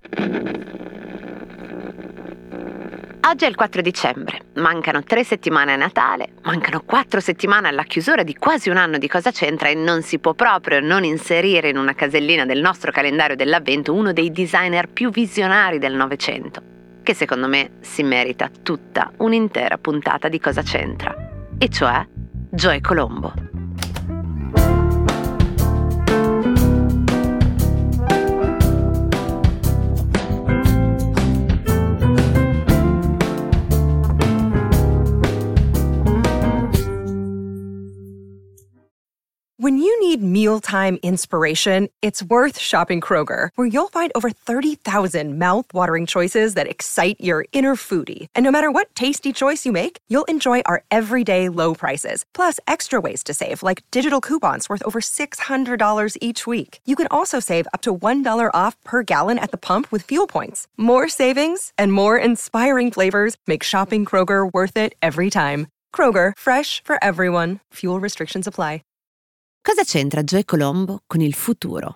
Oggi è il 4 dicembre, mancano 3 settimane a Natale, mancano 4 settimane alla chiusura di quasi un anno di Cosa c'entra e non si può proprio non inserire in una casellina del nostro calendario dell'avvento uno dei designer più visionari del Novecento, che secondo me si merita tutta un'intera puntata di Cosa c'entra, e cioè Joy Colombo. When you need mealtime inspiration, it's worth shopping Kroger, where you'll find over 30,000 mouth-watering choices that excite your inner foodie. And no matter what tasty choice you make, you'll enjoy our everyday low prices, plus extra ways to save, like digital coupons worth over $600 each week. You can also save up to $1 off per gallon at the pump with fuel points. More savings and more inspiring flavors make shopping Kroger worth it every time. Kroger, fresh for everyone. Fuel restrictions apply. Cosa c'entra Joy Colombo con il futuro?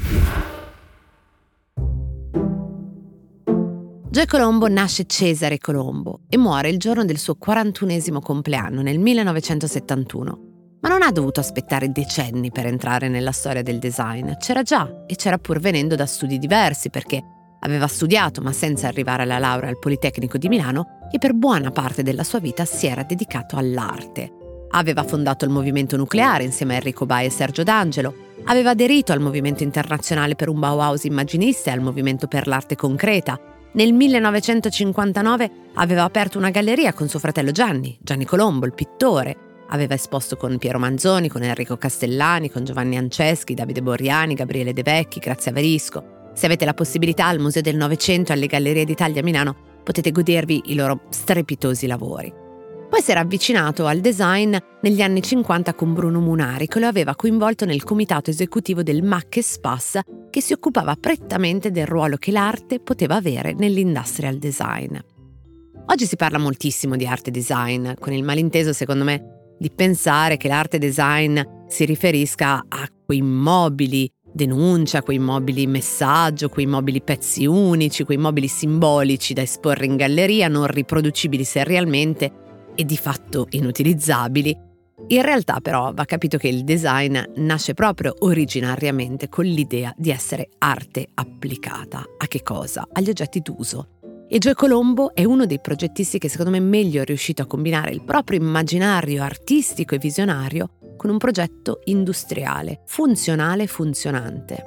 Joy Colombo nasce Cesare Colombo e muore il giorno del suo 41esimo compleanno nel 1971. Ma non ha dovuto aspettare decenni per entrare nella storia del design. C'era già, e c'era pur venendo da studi diversi, perché aveva studiato ma senza arrivare alla laurea al Politecnico di Milano e per buona parte della sua vita si era dedicato all'arte. Aveva fondato il movimento nucleare insieme a Enrico Bai e Sergio D'Angelo, aveva aderito al movimento internazionale per un Bauhaus immaginista e al movimento per l'arte concreta. Nel 1959 aveva aperto una galleria con suo fratello Gianni Colombo, il pittore. Aveva esposto con Piero Manzoni, con Enrico Castellani, con Giovanni Anceschi, Davide Borriani, Gabriele De Vecchi, Grazia Varisco. Se avete la possibilità al Museo del Novecento e alle Gallerie d'Italia a Milano potete godervi i loro strepitosi lavori. Poi si era avvicinato al design negli anni 50 con Bruno Munari, che lo aveva coinvolto nel comitato esecutivo del MAC e SPAS, che si occupava prettamente del ruolo che l'arte poteva avere nell'industrial design. Oggi si parla moltissimo di arte design, con il malinteso, secondo me, di pensare che l'arte design si riferisca a quei mobili denuncia, quei mobili messaggio, quei mobili pezzi unici, quei mobili simbolici da esporre in galleria, non riproducibili serialmente e di fatto inutilizzabili. In realtà però va capito che il design nasce proprio originariamente con l'idea di essere arte applicata. A che cosa? Agli oggetti d'uso. E Joy Colombo è uno dei progettisti che secondo me meglio è riuscito a combinare il proprio immaginario artistico e visionario con un progetto industriale, funzionale e funzionante.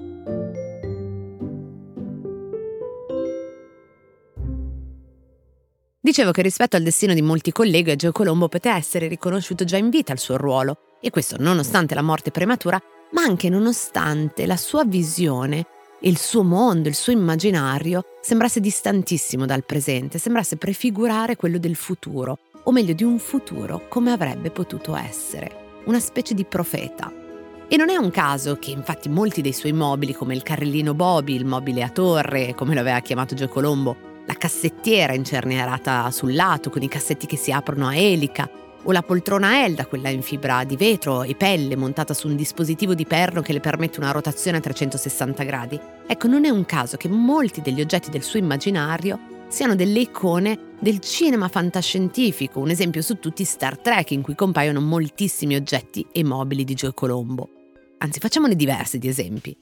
Dicevo che rispetto al destino di molti colleghi, Joy Colombo poteva essere riconosciuto già in vita il suo ruolo, e questo nonostante la morte prematura, ma anche nonostante la sua visione, il suo mondo, il suo immaginario sembrasse distantissimo dal presente, sembrasse prefigurare quello del futuro, o meglio di un futuro come avrebbe potuto essere, una specie di profeta. E non è un caso che infatti molti dei suoi mobili, come il carrellino Bobby, il mobile a torre, come lo aveva chiamato Joy Colombo, la cassettiera incernierata sul lato con i cassetti che si aprono a elica, o la poltrona Elda, quella in fibra di vetro e pelle montata su un dispositivo di perno che le permette una rotazione a 360 gradi. Ecco, non è un caso che molti degli oggetti del suo immaginario siano delle icone del cinema fantascientifico, un esempio su tutti Star Trek, in cui compaiono moltissimi oggetti e mobili di Joy Colombo. Anzi, facciamone diversi di esempi.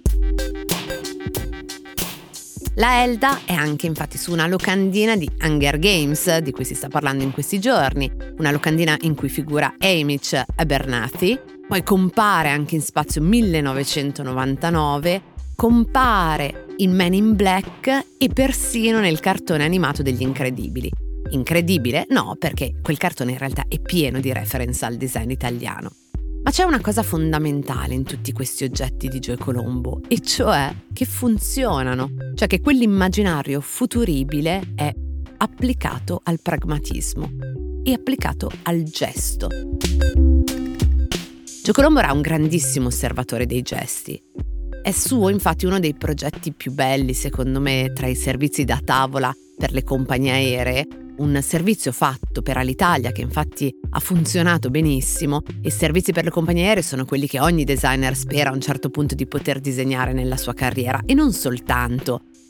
La Elda è anche infatti su una locandina di Hunger Games, di cui si sta parlando in questi giorni, una locandina in cui figura Hamish Abernathy, poi compare anche in Spazio 1999, compare in Men in Black e persino nel cartone animato degli Incredibili. Incredibile? No, perché quel cartone in realtà è pieno di reference al design italiano. Ma c'è una cosa fondamentale in tutti questi oggetti di Joy Colombo, e cioè che funzionano, cioè che quell'immaginario futuribile è applicato al pragmatismo e applicato al gesto. Joy Colombo era un grandissimo osservatore dei gesti. È suo infatti uno dei progetti più belli, secondo me, tra i servizi da tavola per le compagnie aeree, un servizio fatto per Alitalia che infatti ha funzionato benissimo, e i servizi per le compagnie aeree sono quelli che ogni designer spera a un certo punto di poter disegnare nella sua carriera, e non soltanto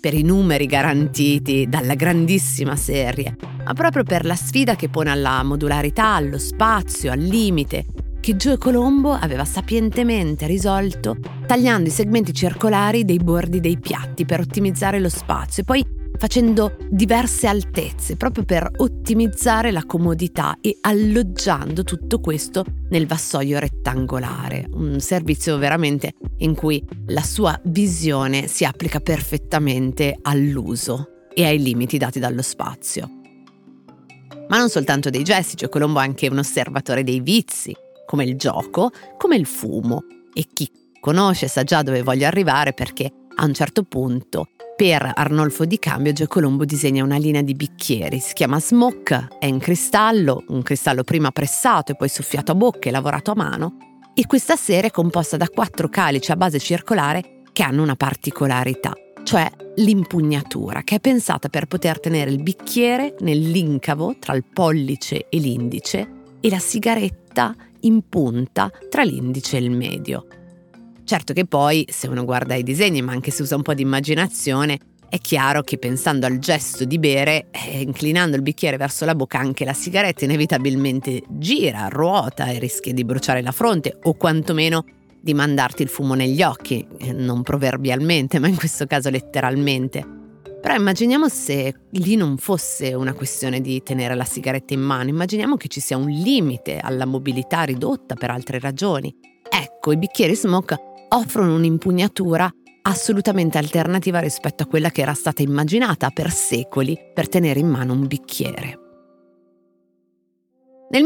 per i numeri garantiti dalla grandissima serie, ma proprio per la sfida che pone alla modularità, allo spazio, al limite, che Joe Colombo aveva sapientemente risolto tagliando i segmenti circolari dei bordi dei piatti per ottimizzare lo spazio e poi facendo diverse altezze proprio per ottimizzare la comodità e alloggiando tutto questo nel vassoio rettangolare, un servizio veramente in cui la sua visione si applica perfettamente all'uso e ai limiti dati dallo spazio. Ma non soltanto dei gesti, Joe Colombo è anche un osservatore dei vizi, come il gioco, come il fumo, e chi conosce sa già dove voglio arrivare perché a un certo punto per Arnolfo Di Cambio Joe Colombo disegna una linea di bicchieri, si chiama Smoke, è in cristallo, un cristallo prima pressato e poi soffiato a bocca e lavorato a mano, e questa serie è composta da 4 calici a base circolare che hanno una particolarità, cioè l'impugnatura, che è pensata per poter tenere il bicchiere nell'incavo tra il pollice e l'indice e la sigaretta in punta tra l'indice e il medio. Certo che poi, se uno guarda i disegni, ma anche se usa un po' di immaginazione, è chiaro che pensando al gesto di bere, inclinando il bicchiere verso la bocca, anche la sigaretta inevitabilmente gira, ruota e rischia di bruciare la fronte o quantomeno di mandarti il fumo negli occhi, non proverbialmente, ma in questo caso letteralmente. Però immaginiamo se lì non fosse una questione di tenere la sigaretta in mano, immaginiamo che ci sia un limite alla mobilità ridotta per altre ragioni. Ecco, i bicchieri Smoke offrono un'impugnatura assolutamente alternativa rispetto a quella che era stata immaginata per secoli per tenere in mano un bicchiere. Nel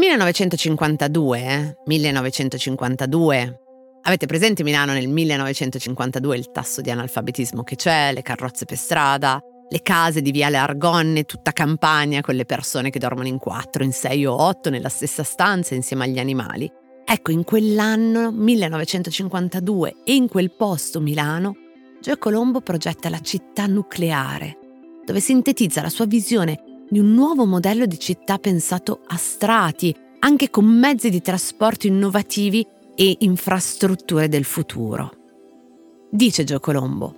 1952, avete presente Milano nel 1952, il tasso di analfabetismo che c'è, le carrozze per strada, le case di Viale Argonne, tutta campagna con le persone che dormono in 4, in 6 o 8 nella stessa stanza insieme agli animali. Ecco, in quell'anno, 1952, e in quel posto, Milano, Joe Colombo progetta la città nucleare, dove sintetizza la sua visione di un nuovo modello di città pensato a strati, anche con mezzi di trasporto innovativi e infrastrutture del futuro. Dice Joe Colombo: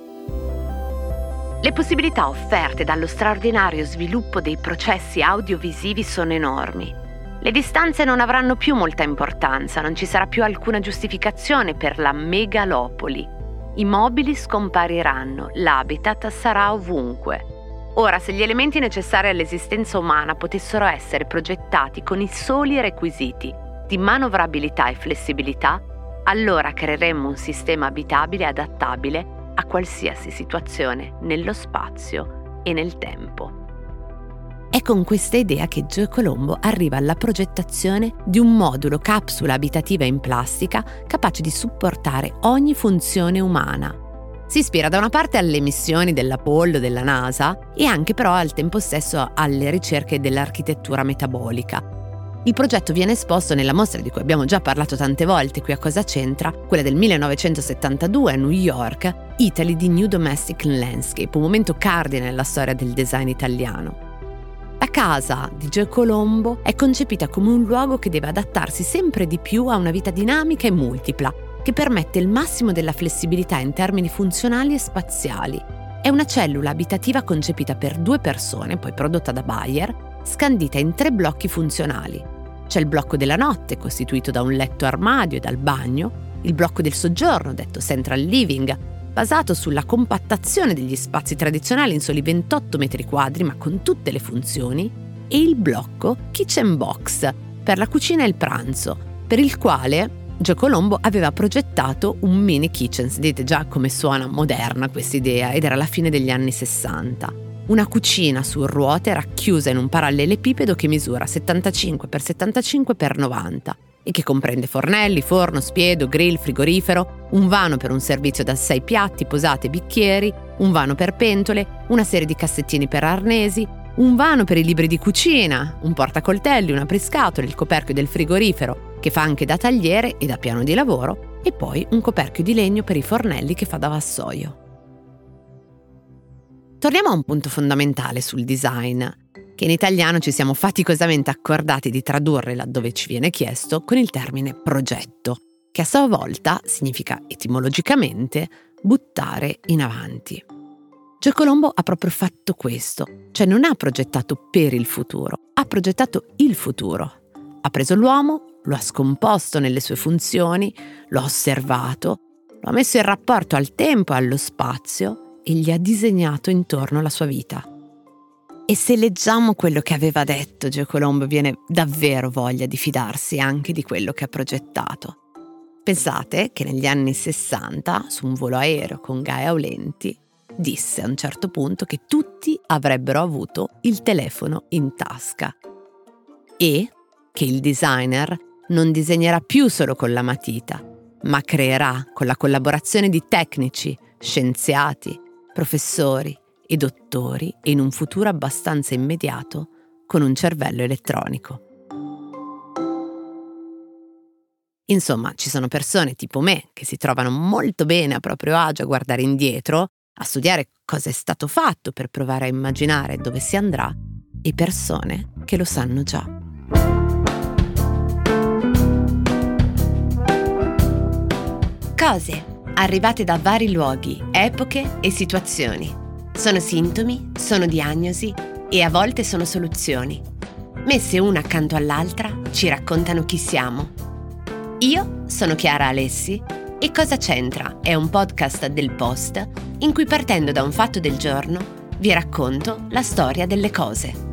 le possibilità offerte dallo straordinario sviluppo dei processi audiovisivi sono enormi. Le distanze non avranno più molta importanza, non ci sarà più alcuna giustificazione per la megalopoli. I mobili scompariranno, l'habitat sarà ovunque. Ora, se gli elementi necessari all'esistenza umana potessero essere progettati con i soli requisiti di manovrabilità e flessibilità, allora creeremmo un sistema abitabile e adattabile a qualsiasi situazione nello spazio e nel tempo. È con questa idea che Joe Colombo arriva alla progettazione di un modulo capsula abitativa in plastica capace di supportare ogni funzione umana. Si ispira da una parte alle missioni dell'Apollo della NASA e anche però al tempo stesso alle ricerche dell'architettura metabolica. Il progetto viene esposto nella mostra di cui abbiamo già parlato tante volte qui a Cosa c'entra, quella del 1972 a New York, Italy di New Domestic Landscape, un momento cardine nella storia del design italiano. La casa di Joe Colombo è concepita come un luogo che deve adattarsi sempre di più a una vita dinamica e multipla, che permette il massimo della flessibilità in termini funzionali e spaziali. È una cellula abitativa concepita per 2 persone, poi prodotta da Bayer, scandita in 3 blocchi funzionali. C'è il blocco della notte, costituito da un letto armadio e dal bagno, il blocco del soggiorno, detto Central Living, basato sulla compattazione degli spazi tradizionali in soli 28 metri quadri ma con tutte le funzioni, e il blocco Kitchen Box per la cucina e il pranzo, per il quale Joe Colombo aveva progettato un mini kitchen. Vedete già come suona moderna questa idea, ed era la fine degli anni 60. Una cucina su ruote racchiusa in un parallelepipedo che misura 75 x 75 x 90 e che comprende fornelli, forno, spiedo, grill, frigorifero, un vano per un servizio da 6 piatti, posate e bicchieri, un vano per pentole, una serie di cassettini per arnesi, un vano per i libri di cucina, un portacoltelli, un apriscatole, il coperchio del frigorifero che fa anche da tagliere e da piano di lavoro, e poi un coperchio di legno per i fornelli che fa da vassoio. Torniamo a un punto fondamentale sul design, che in italiano ci siamo faticosamente accordati di tradurre laddove ci viene chiesto con il termine progetto, che a sua volta significa etimologicamente buttare in avanti. Giacolombo ha proprio fatto questo, cioè non ha progettato per il futuro, ha progettato il futuro. Ha preso l'uomo, lo ha scomposto nelle sue funzioni, lo ha osservato, lo ha messo in rapporto al tempo e allo spazio e gli ha disegnato intorno la sua vita. E se leggiamo quello che aveva detto Giacolombo, viene davvero voglia di fidarsi anche di quello che ha progettato. Pensate che negli anni 60, su un volo aereo con Gaia Aulenti, disse a un certo punto che tutti avrebbero avuto il telefono in tasca e che il designer non disegnerà più solo con la matita, ma creerà con la collaborazione di tecnici, scienziati, professori e dottori e in un futuro abbastanza immediato con un cervello elettronico. Insomma, ci sono persone tipo me che si trovano molto bene a proprio agio a guardare indietro, a studiare cosa è stato fatto per provare a immaginare dove si andrà, e persone che lo sanno già. Cose arrivate da vari luoghi, epoche e situazioni. Sono sintomi, sono diagnosi e a volte sono soluzioni. Messe una accanto all'altra ci raccontano chi siamo. Io sono Chiara Alessi e Cosa c'entra è un podcast del Post in cui, partendo da un fatto del giorno, vi racconto la storia delle cose.